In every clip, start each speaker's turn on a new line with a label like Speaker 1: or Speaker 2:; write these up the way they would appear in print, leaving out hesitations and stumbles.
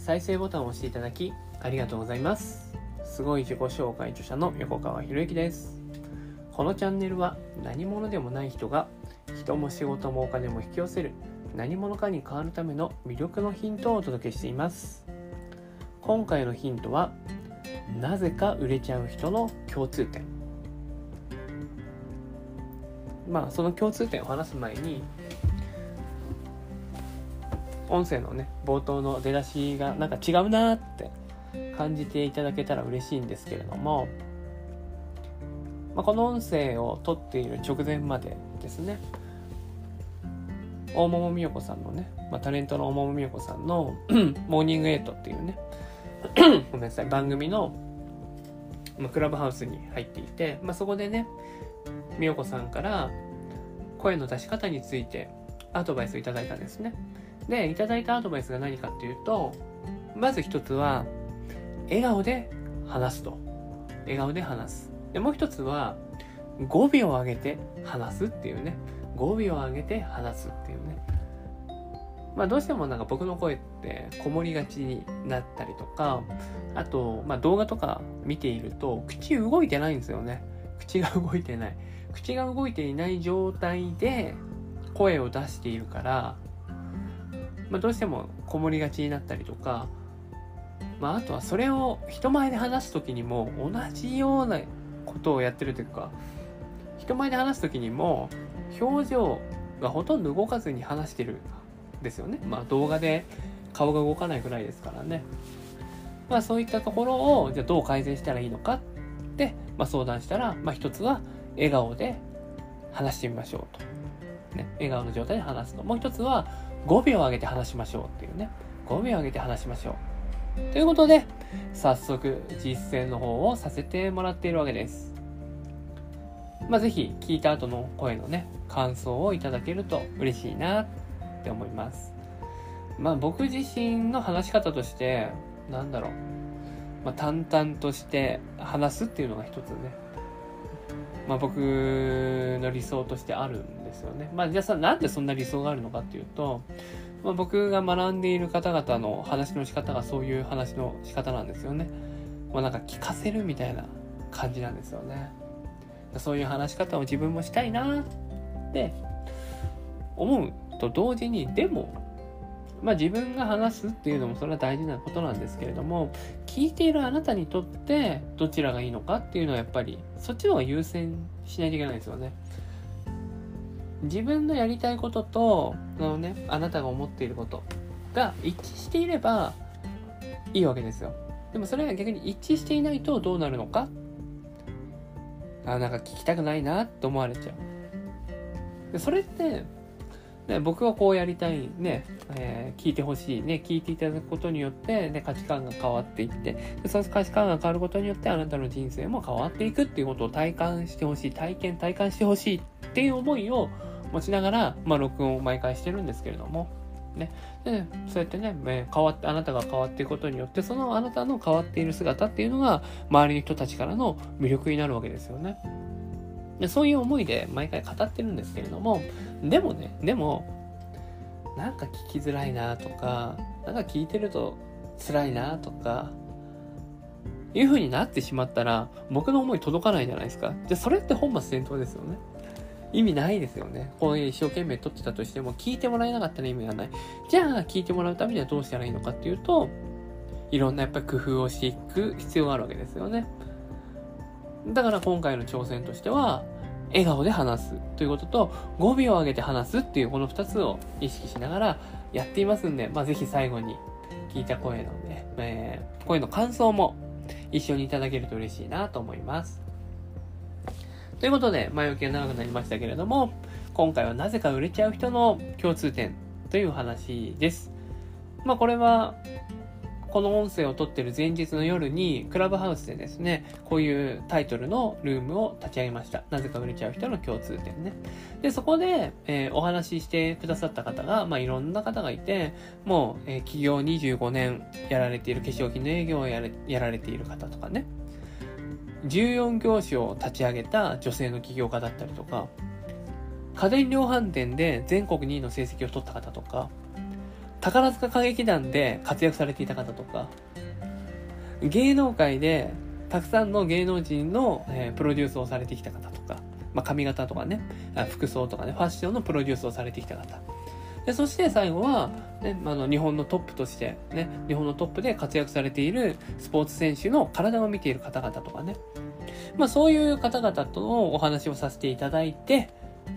Speaker 1: 再生ボタンを押していただきありがとうございます。すごい自己紹介著者の横川博之です。このチャンネルは何者でもない人が人も仕事もお金も引き寄せる何者かに変わるための魅力のヒントをお届けしています。今回のヒントはなぜか売れちゃう人の共通点。その共通点を話す前に音声のね冒頭の出だしがなんか違うなって感じていただけたら嬉しいんですけれども、この音声を撮っている直前までですね、大桃美代子さんのね、タレントの大桃美代子さんのモーニングエイトっていうねごめんなさい番組の、クラブハウスに入っていて、そこでね美代子さんから声の出し方についてアドバイスをいただいたんですね。で、いただいたアドバイスが何かっていうと、まず一つは笑顔で話すと。笑顔で話す。で、もう一つは語尾を上げて話すっていうね。語尾を上げて話すっていうね。どうしても僕の声ってこもりがちになったりとか、あと、動画とか見ていると口動いてないんですよね。口が動いてない。口が動いていない状態で声を出しているから、どうしてもこもりがちになったりとか、あとはそれを人前で話すときにも同じようなことをやってるというか、人前で話すときにも表情がほとんど動かずに話してるんですよね。動画で顔が動かないくらいですからね。そういったところをじゃあどう改善したらいいのかって、相談したら、一つは笑顔で話してみましょうと、ね、笑顔の状態で話すと。もう一つは語尾を上げて話しましょうっていうね。語尾を上げて話しましょうということで、早速実践の方をさせてもらっているわけです。ぜひ聞いた後の声のね感想をいただけると嬉しいなって思います。僕自身の話し方として淡々として話すっていうのが一つね、僕の理想としてあるんですよね。じゃあなんでそんな理想があるのかっていうと、僕が学んでいる方々の話の仕方がそういう話の仕方なんですよね。聞かせるみたいな感じなんですよね。そういう話し方を自分もしたいなって思うと同時に、でも自分が話すっていうのもそれは大事なことなんですけれども、聞いているあなたにとってどちらがいいのかっていうのはやっぱりそっちの方が優先しないといけないですよね。自分のやりたいこととあなたが思っていることが一致していればいいわけですよ。でもそれが逆に一致していないとどうなるのか、聞きたくないなって思われちゃう。でそれって僕はこうやりたいね、聞いてほしいね、聞いていただくことによって、価値観が変わっていって、でその価値観が変わることによってあなたの人生も変わっていくっていうことを体感してほしい、体感してほしいっていう思いを持ちながら、録音を毎回してるんですけれどもね。でそうやってね、あなたが変わっていくことによって、そのあなたの変わっている姿っていうのが周りの人たちからの魅力になるわけですよね。でそういう思いで毎回語ってるんですけれども、でも聞きづらいなとか、聞いてると辛いなとかいう風になってしまったら、僕の思い届かないじゃないですか。じゃあそれって本末転倒ですよね。意味ないですよね。こういう一生懸命撮ってたとしても聞いてもらえなかったら意味がない。じゃあ聞いてもらうためにはどうしたらいいのかっていうと、いろんなやっぱり工夫をしていく必要があるわけですよね。だから今回の挑戦としては、笑顔で話すということと語尾を上げて話すっていうこの2つを意識しながらやっていますんで、ぜひ最後に聞いた声のね、声の感想も一緒にいただけると嬉しいなと思います。ということで、前置きが長くなりましたけれども、今回はなぜか売れちゃう人の共通点という話です。これはこの音声を撮ってる前日の夜にクラブハウスでですね、こういうタイトルのルームを立ち上げました。なぜか売れちゃう人の共通点ね。でそこで、お話ししてくださった方が、いろんな方がいて、もう、起業25年やられている、化粧品の営業をやられている方とかね、14業種を立ち上げた女性の起業家だったりとか、家電量販店で全国2位の成績を取った方とか、 宝塚歌劇団で活躍されていた方とか、芸能界でたくさんの芸能人の、プロデュースをされてきた方とか、髪型とかね、服装とかね、ファッションのプロデュースをされてきた方。で、そして最後は、ね、日本のトップとして、ね、日本のトップで活躍されているスポーツ選手の体を見ている方々とかね。そういう方々とのお話をさせていただいて、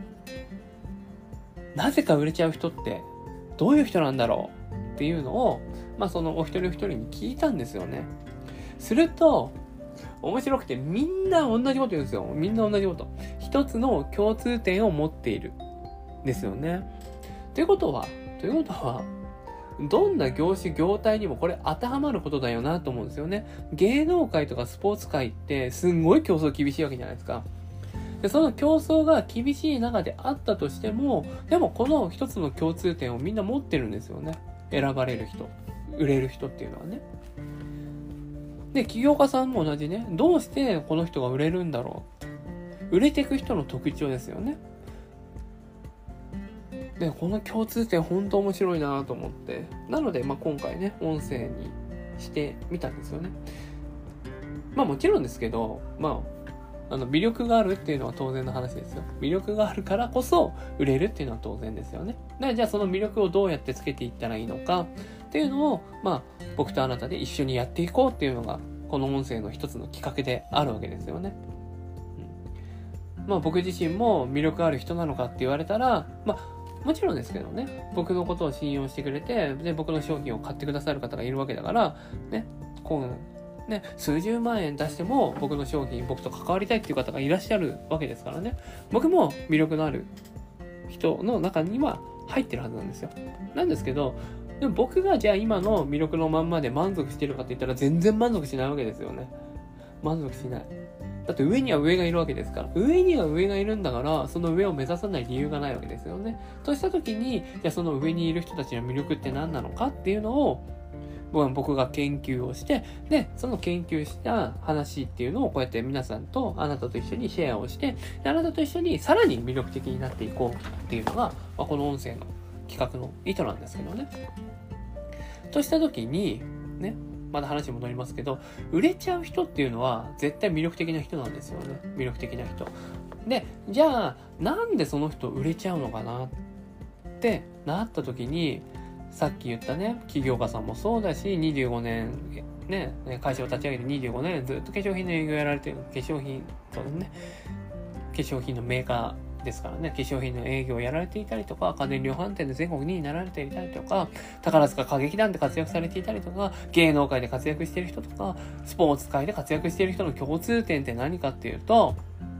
Speaker 1: なぜか売れちゃう人ってどういう人なんだろうっていうのを、そのお一人お一人に聞いたんですよね。すると、面白くてみんな同じこと言うんですよ。みんな同じこと。一つの共通点を持っている。ですよね。ということは、どんな業種業態にもこれ当てはまることだよなと思うんですよね。芸能界とかスポーツ界ってすんごい競争厳しいわけじゃないですか。で、その競争が厳しい中であったとしても、でもこの一つの共通点をみんな持ってるんですよね。選ばれる人、売れる人っていうのはね。で、起業家さんも同じね、どうしてこの人が売れるんだろう。売れていく人の特徴ですよね。で、この共通点本当面白いなと思って。なので、今回ね、音声にしてみたんですよね。もちろんですけど、魅力があるっていうのは当然の話ですよ。魅力があるからこそ売れるっていうのは当然ですよね。じゃあその魅力をどうやってつけていったらいいのかっていうのを、僕とあなたで一緒にやっていこうっていうのが、この音声の一つの企画であるわけですよね。僕自身も魅力ある人なのかって言われたら、もちろんですけどね、僕のことを信用してくれて、で、僕の商品を買ってくださる方がいるわけだから、数十万円出しても僕の商品、僕と関わりたいっていう方がいらっしゃるわけですからね。僕も魅力のある人の中には入ってるはずなんですよ。なんですけど、でも僕がじゃあ今の魅力のまんまで満足してるかって言ったら全然満足しないわけですよね。満足しない。だって上には上がいるわけですから。上には上がいるんだから、その上を目指さない理由がないわけですよね。とした時に、じゃあその上にいる人たちの魅力って何なのかっていうのを、僕が研究をして、で、その研究した話っていうのをこうやって皆さんと、あなたと一緒にシェアをして、で、あなたと一緒にさらに魅力的になっていこうっていうのが、この音声の企画の意図なんですけどね。とした時に、ね、まだ話戻りますけど、売れちゃう人っていうのは絶対魅力的な人なんですよね。魅力的な人。で、じゃあ、なんでその人売れちゃうのかなってなった時に、さっき言ったね、起業家さんもそうだし、25年、ね、会社を立ち上げて25年ずっと化粧品の営業やられてる、化粧品のメーカーですからね、化粧品の営業をやられていたりとか、家電量販店で全国2位になられていたりとか、宝塚歌劇団で活躍されていたりとか、芸能界で活躍している人とか、スポーツ界で活躍している人の共通点って何かっていうと、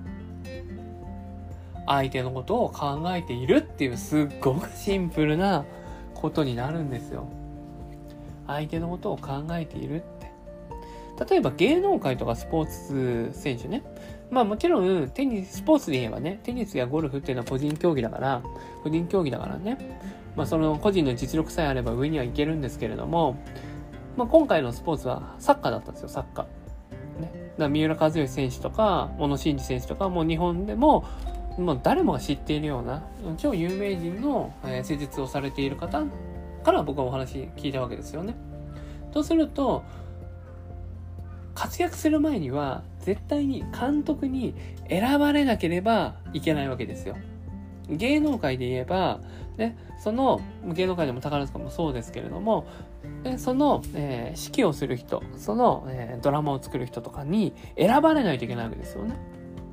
Speaker 1: 相手のことを考えているっていうすっごくシンプルなことになるんですよ。相手のことを考えているって。例えば芸能界とかスポーツ選手ね。もちろんスポーツで言えばね、テニスやゴルフっていうのは個人競技だからね。その個人の実力さえあれば上には行けるんですけれども、今回のスポーツはサッカーだったんですよ、サッカー。ね。だから三浦知良選手とか、小野伸二選手とか、もう日本でも誰もが知っているような超有名人の施術をされている方から僕はお話聞いたわけですよね。とすると、活躍する前には絶対に監督に選ばれなければいけないわけですよ。芸能界で言えば、ね、その芸能界でも宝塚もそうですけれども、その、指揮をする人、その、ドラマを作る人とかに選ばれないといけないわけですよね。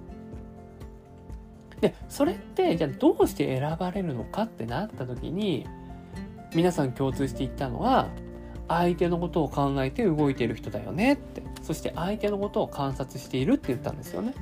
Speaker 1: で、それってじゃあどうして選ばれるのかってなった時に、皆さん共通していったのは、相手のことを考えて動いている人だよねって。そして相手のことを観察しているって言ったんですよね。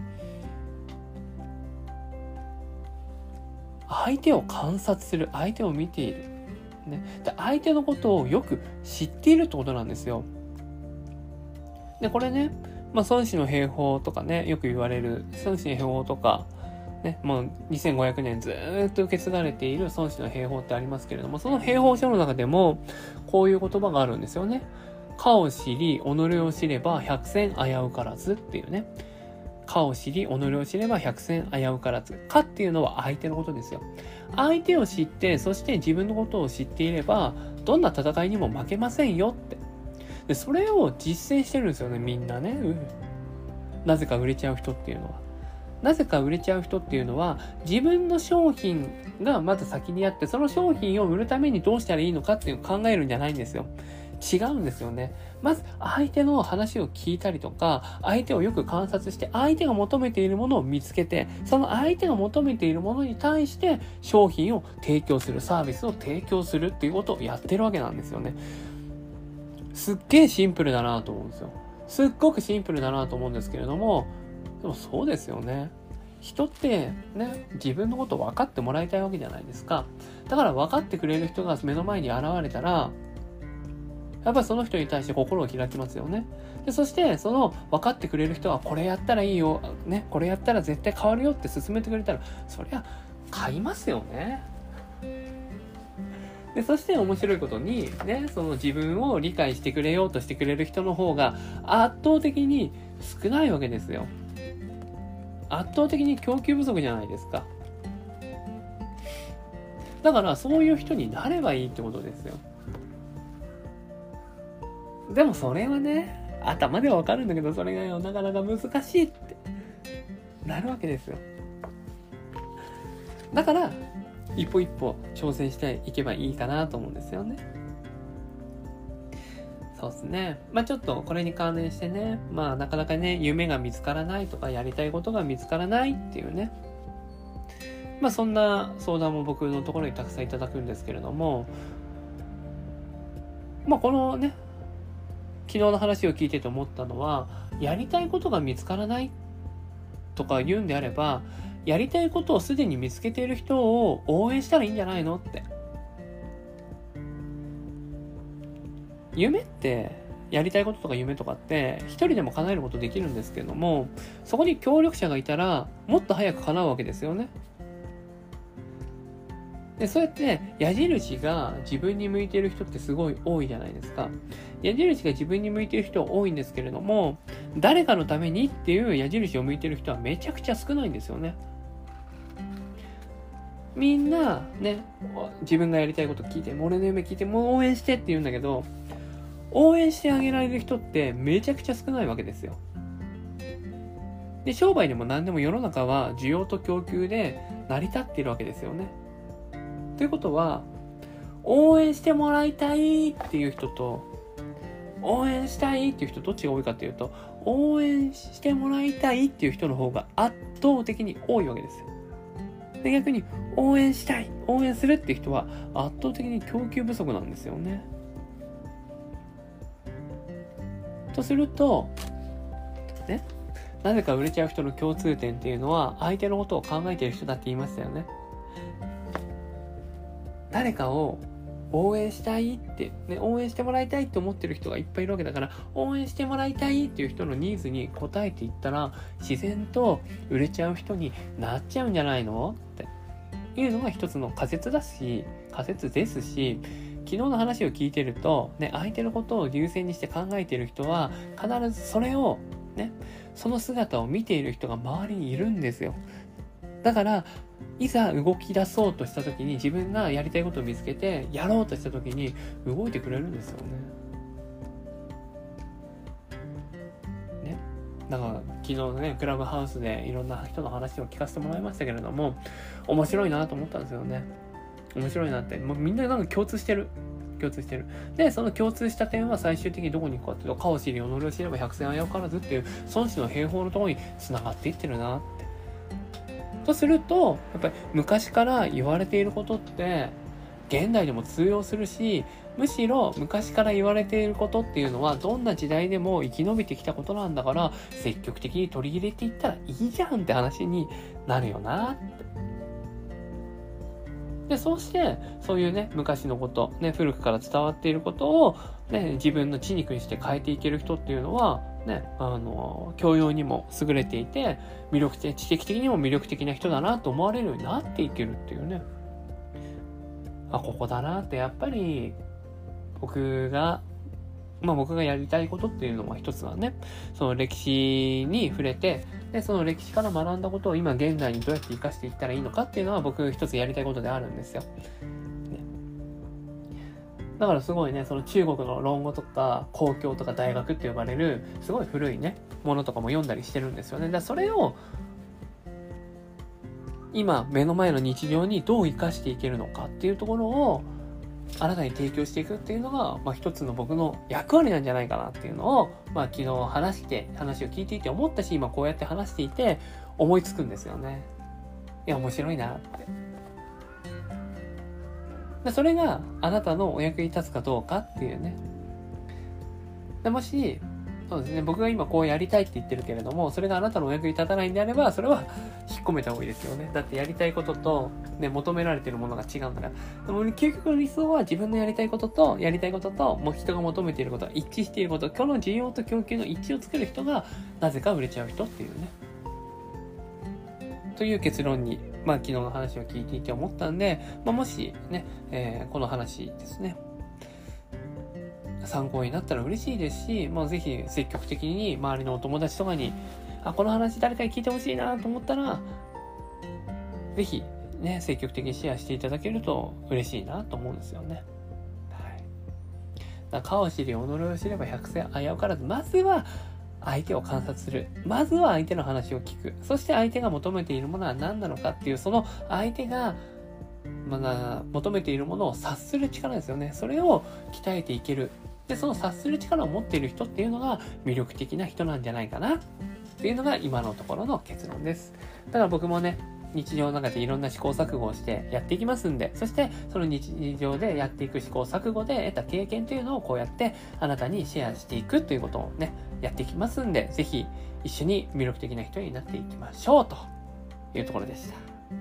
Speaker 1: 相手を観察する、相手を見ている。ね。で、相手のことをよく知っているってことなんですよ。で、これね、孫子の兵法とかね、よく言われる孫子の兵法とか、ね、もう2500年ずっと受け継がれている孫子の兵法ってありますけれども、その兵法書の中でもこういう言葉があるんですよね。かを知り、己を知れば百戦危うからずっていうね。 かを知り己を知れば百戦危うからず。かっていうのは相手のことですよ。相手を知って、そして自分のことを知っていればどんな戦いにも負けませんよって。でそれを実践してるんですよね、みんなね。なぜか売れちゃう人っていうのは。なぜか売れちゃう人っていうのは、自分の商品がまず先にあって、その商品を売るためにどうしたらいいのかっていうのを考えるんじゃないんですよ。違うんですよね。まず相手の話を聞いたりとか、相手をよく観察して、相手が求めているものを見つけて、その相手が求めているものに対して商品を提供する、サービスを提供するっていうことをやってるわけなんですよね。すっげえシンプルだなと思うんですよ。すっごくシンプルだなと思うんですけれども、でもそうですよね。人ってね、自分のことを分かってもらいたいわけじゃないですか。だから分かってくれる人が目の前に現れたら、やっぱりその人に対して心を開きますよね。で、そしてその分かってくれる人はこれやったらいいよ、ね、これやったら絶対変わるよって勧めてくれたら、そりゃ買いますよね。で、そして面白いことにね、その自分を理解してくれようとしてくれる人の方が圧倒的に少ないわけですよ。圧倒的に供給不足じゃないですか。だからそういう人になればいいってことですよ。でもそれはね、頭ではわかるんだけど、それがなかなか難しいってなるわけですよ。だから一歩一歩挑戦していけばいいかなと思うんですよね。そうですね。ちょっとこれに関連してね、なかなかね、夢が見つからないとか、やりたいことが見つからないっていうね。そんな相談も僕のところにたくさんいただくんですけれども、このね、昨日の話を聞いてて思ったのは、やりたいことが見つからないとか言うんであれば、やりたいことをすでに見つけている人を応援したらいいんじゃないのって。夢って、やりたいこととか夢とかって一人でも叶えることできるんですけども、そこに協力者がいたらもっと早く叶うわけですよね。で、そうやって矢印が自分に向いている人ってすごい多いじゃないですか。矢印が自分に向いている人は多いんですけれども、誰かのためにっていう矢印を向いている人はめちゃくちゃ少ないんですよね。みんなね、自分がやりたいこと聞いて、俺の夢聞いて、もう応援してって言うんだけど、応援してあげられる人ってめちゃくちゃ少ないわけですよ。で、商売でも何でも世の中は需要と供給で成り立っているわけですよね。ということは、応援してもらいたいっていう人と、応援したいっていう人どっちが多いかっていうと、応援してもらいたいっていう人の方が圧倒的に多いわけですよ。で、逆に応援したい、応援するっていう人は圧倒的に供給不足なんですよね。とすると、ね、なぜか売れちゃう人の共通点っていうのは、相手のことを考えている人だって言いましたよね。誰かを応援したいって、ね、応援してもらいたいって思ってる人がいっぱいいるわけだから、応援してもらいたいっていう人のニーズに応えていったら、自然と売れちゃう人になっちゃうんじゃないのっていうのが一つの仮説ですし、昨日の話を聞いてると、ね、相手のことを優先にして考えている人は、必ずそれを、ね、その姿を見ている人が周りにいるんですよ。だから、いざ動き出そうとした時に、自分がやりたいことを見つけて、やろうとした時に、動いてくれるんですよね。ね。だから、昨日ね、クラブハウスでいろんな人の話を聞かせてもらいましたけれども、面白いなと思ったんですよね。面白いなって。もうみんななんか共通してる。で、その共通した点は最終的にどこに行くかっていうと、かを知り、己を知れば百戦危うからずっていう、孫子の兵法のところに繋がっていってるなって。とすると、やっぱり昔から言われていることって、現代でも通用するし、むしろ昔から言われていることっていうのは、どんな時代でも生き延びてきたことなんだから、積極的に取り入れていったらいいじゃんって話になるよなって。で、そうして、そういうね、昔のこと、ね、古くから伝わっていることを、ね、自分の血肉にして変えていける人っていうのは、ね、教養にも優れていて、知的的にも魅力的な人だなと思われるようになっていけるっていうね。ここだなって、やっぱり、僕が僕がやりたいことっていうのは一つはね、その歴史に触れて、でその歴史から学んだことを今現代にどうやって生かしていったらいいのかっていうのは僕一つやりたいことであるんですよ。だからすごいね、その中国の論語とか公共とか大学って呼ばれるすごい古いねものとかも読んだりしてるんですよね。だからそれを今目の前の日常にどう生かしていけるのかっていうところをあなたに提供していくっていうのが、一つの僕の役割なんじゃないかなっていうのを、昨日話を聞いていて思ったし、今こうやって話していて思いつくんですよね。いや面白いなって。でそれがあなたのお役に立つかどうかっていうね。でもしそうですね、僕が今こうやりたいって言ってるけれども、それがあなたのお役に立たないんであれば、それは引っ込めた方がいいですよね。だってやりたいことと、ね、求められてるものが違うんだから。でも究極の理想は自分のやりたいことと、もう人が求めていることが一致していること、この需要と供給の一致を作る人が、なぜか売れちゃう人っていうね。という結論に、昨日の話を聞いていて思ったんで、もしね、この話ですね。参考になったら嬉しいですし、ぜひ積極的に周りのお友達とかにこの話誰かに聞いてほしいなと思ったらぜひね積極的にシェアしていただけると嬉しいなと思うんですよね。だから顔を知り己を知れば百戦危うからず、まずは相手を観察する、まずは相手の話を聞く、そして相手が求めているものは何なのかっていう、その相手が求めているものを察する力ですよね。それを鍛えていける。でその察する力を持っている人っていうのが魅力的な人なんじゃないかなっていうのが今のところの結論です。だから僕もね日常の中でいろんな試行錯誤をしてやっていきますんで、そしてその日常でやっていく試行錯誤で得た経験というのをこうやってあなたにシェアしていくということをねやっていきますんで、ぜひ一緒に魅力的な人になっていきましょうというところでした。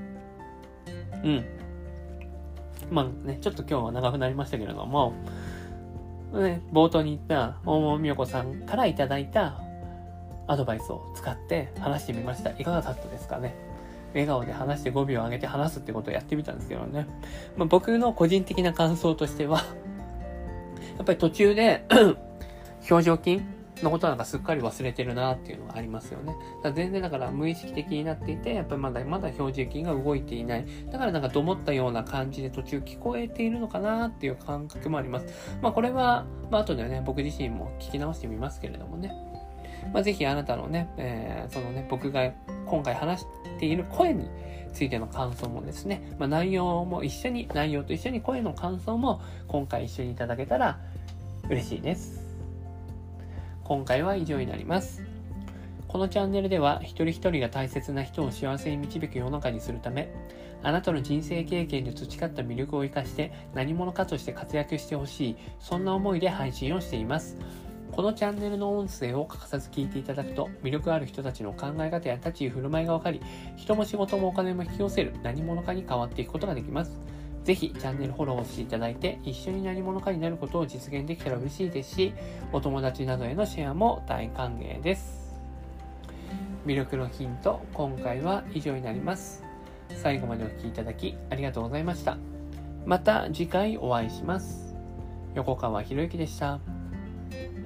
Speaker 1: ちょっと今日は長くなりましたけれども冒頭に言った大桃美代子さんからいただいたアドバイスを使って話してみました。いかがだったですかね。笑顔で話して5秒上げて話すってことをやってみたんですけどね。僕の個人的な感想としてはやっぱり途中で表情筋のことなんかすっかり忘れてるなっていうのがありますよね。全然だから無意識的になっていて、やっぱりまだ表情筋が動いていない。だからどもったような感じで途中聞こえているのかなっていう感覚もあります。これは、後でね、僕自身も聞き直してみますけれどもね。ぜひあなたのね、そのね、僕が今回話している声についての感想もですね、内容と一緒に声の感想も今回一緒にいただけたら嬉しいです。今回は以上になります。このチャンネルでは一人一人が大切な人を幸せに導く世の中にするため、あなたの人生経験で培った魅力を生かして何者かとして活躍してほしい、そんな思いで配信をしています。このチャンネルの音声を欠かさず聞いていただくと、魅力ある人たちの考え方や立ち居振る舞いが分かり、人も仕事もお金も引き寄せる何者かに変わっていくことができます。ぜひチャンネルフォローをしていただいて、一緒に何者かになることを実現できたら嬉しいですし、お友達などへのシェアも大歓迎です。魅力のヒント、今回は以上になります。最後までお聞きいただきありがとうございました。また次回お会いします。横川博之でした。